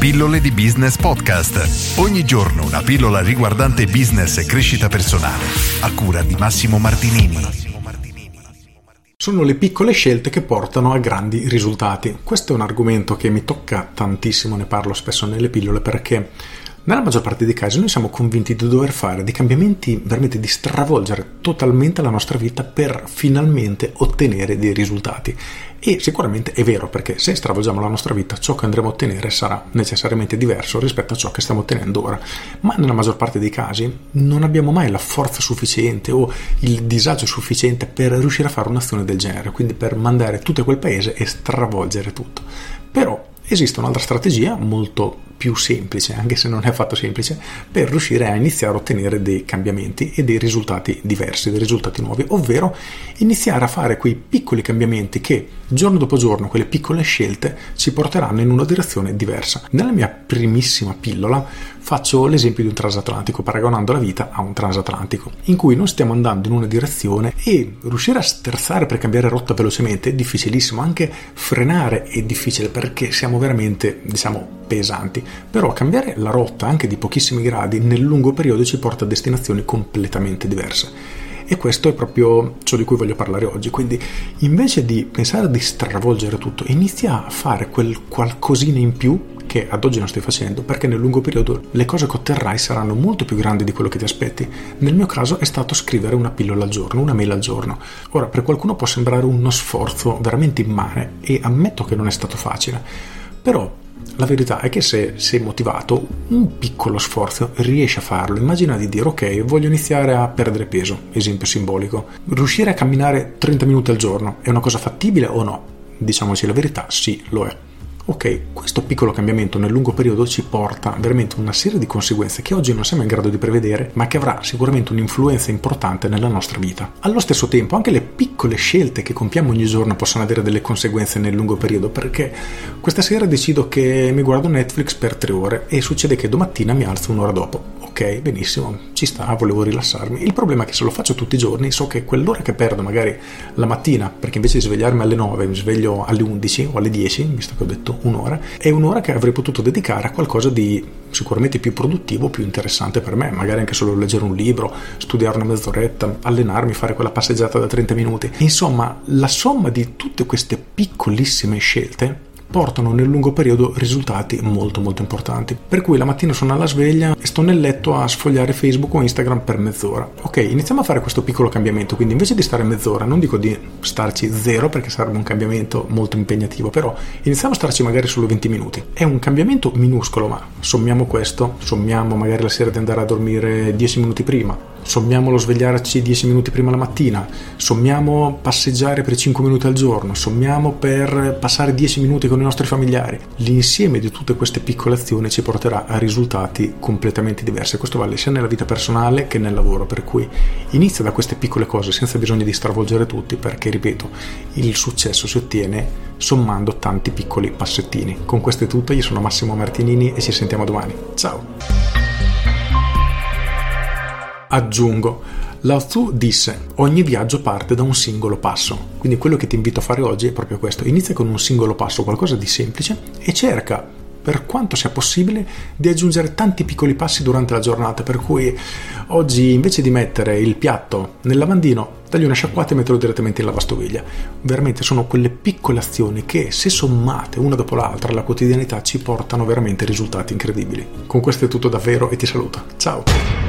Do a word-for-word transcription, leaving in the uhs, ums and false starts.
Pillole di Business Podcast. Ogni giorno una pillola riguardante business e crescita personale. A cura di Massimo Martinini. Sono le piccole scelte che portano a grandi risultati. Questo è un argomento che mi tocca tantissimo, ne parlo spesso nelle pillole perché nella maggior parte dei casi noi siamo convinti di dover fare dei cambiamenti, veramente di stravolgere totalmente la nostra vita per finalmente ottenere dei risultati. E sicuramente è vero, perché se stravolgiamo la nostra vita, ciò che andremo a ottenere sarà necessariamente diverso rispetto a ciò che stiamo ottenendo ora. Ma nella maggior parte dei casi non abbiamo mai la forza sufficiente o il disagio sufficiente per riuscire a fare un'azione del genere, quindi per mandare tutto a quel paese e stravolgere tutto. Però esiste un'altra strategia molto più semplice, anche se non è affatto semplice, per riuscire a iniziare a ottenere dei cambiamenti e dei risultati diversi, dei risultati nuovi, ovvero iniziare a fare quei piccoli cambiamenti che giorno dopo giorno, quelle piccole scelte, ci porteranno in una direzione diversa. Nella mia primissima pillola faccio l'esempio di un transatlantico, paragonando la vita a un transatlantico, in cui non stiamo andando in una direzione e riuscire a sterzare per cambiare rotta velocemente è difficilissimo, anche frenare è difficile perché siamo veramente, diciamo, pesanti. Però cambiare la rotta anche di pochissimi gradi nel lungo periodo ci porta a destinazioni completamente diverse. E questo è proprio ciò di cui voglio parlare oggi. Quindi invece di pensare di stravolgere tutto, inizia a fare quel qualcosina in più che ad oggi non stai facendo, perché nel lungo periodo le cose che otterrai saranno molto più grandi di quello che ti aspetti. Nel mio caso è stato scrivere una pillola al giorno, una mail al giorno. Ora, per qualcuno può sembrare uno sforzo veramente immane e ammetto che non è stato facile, però la verità è che se sei motivato, un piccolo sforzo riesci a farlo. Immagina di dire: ok, voglio iniziare a perdere peso, esempio simbolico. Riuscire a camminare trenta minuti al giorno è una cosa fattibile o no? Diciamoci la verità, sì, lo è. Ok, questo piccolo cambiamento nel lungo periodo ci porta veramente una serie di conseguenze che oggi non siamo in grado di prevedere, ma che avrà sicuramente un'influenza importante nella nostra vita. Allo stesso tempo, anche le piccole scelte che compiamo ogni giorno possono avere delle conseguenze nel lungo periodo, perché questa sera decido che mi guardo Netflix per tre ore e succede che domattina mi alzo un'ora dopo. Ok, benissimo, ci sta, volevo rilassarmi. Il problema è che se lo faccio tutti i giorni so che quell'ora che perdo magari la mattina, perché invece di svegliarmi alle nove mi sveglio alle undici o alle dieci, visto che ho detto un'ora, è un'ora che avrei potuto dedicare a qualcosa di sicuramente più produttivo, più interessante per me, magari anche solo leggere un libro, studiare una mezz'oretta, allenarmi, fare quella passeggiata da trenta minuti. Insomma, la somma di tutte queste piccolissime scelte portano nel lungo periodo risultati molto molto importanti. Per cui la mattina sono alla sveglia e sto nel letto a sfogliare Facebook o Instagram per mezz'ora. Ok, iniziamo a fare questo piccolo cambiamento, quindi invece di stare mezz'ora, non dico di starci zero perché sarebbe un cambiamento molto impegnativo, però iniziamo a starci magari solo venti minuti. È un cambiamento minuscolo, ma sommiamo questo, sommiamo magari la sera di andare a dormire dieci minuti prima, sommiamo lo svegliarci dieci minuti prima la mattina, sommiamo passeggiare per cinque minuti al giorno, sommiamo per passare dieci minuti con i nostri familiari. L'insieme di tutte queste piccole azioni ci porterà a risultati completamente diversi. Questo vale sia nella vita personale che nel lavoro, per cui inizia da queste piccole cose senza bisogno di stravolgere tutti, perché ripeto, il successo si ottiene sommando tanti piccoli passettini. Con questo è tutto, io sono Massimo Martinini e ci sentiamo domani. Ciao! Aggiungo, Lao Tzu disse: ogni viaggio parte da un singolo passo. Quindi quello che ti invito a fare oggi è proprio questo: inizia con un singolo passo, qualcosa di semplice, e cerca, per quanto sia possibile, di aggiungere tanti piccoli passi durante la giornata. Per cui oggi, invece di mettere il piatto nel lavandino, dagli una sciacquata e metterlo direttamente in lavastoviglie. Veramente sono quelle piccole azioni che, se sommate una dopo l'altra alla quotidianità, ci portano veramente risultati incredibili. Con questo è tutto davvero e ti saluto. Ciao!